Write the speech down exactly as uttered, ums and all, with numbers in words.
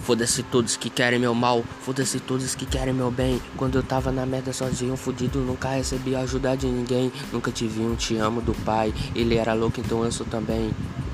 Foda-se todos que querem meu mal, foda-se todos que querem meu bem. Quando eu tava na merda sozinho, fudido, nunca recebi ajuda de ninguém. Nunca tive um te amo do pai, ele era louco, então eu sou também.